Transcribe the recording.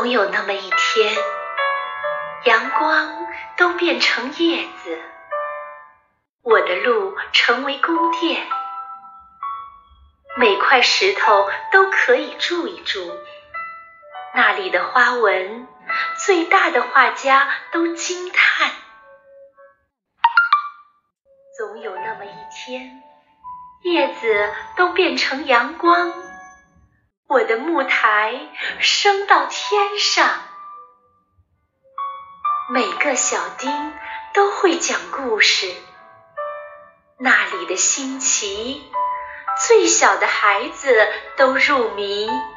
总有那么一天，阳光都变成叶子，我的路成为宫殿，每块石头都可以住一住，那里的花纹，最大的画家都惊叹。总有那么一天，叶子都变成阳光，我的木台升到天上。每个小丁都会讲故事，那里的新奇，最小的孩子都入迷。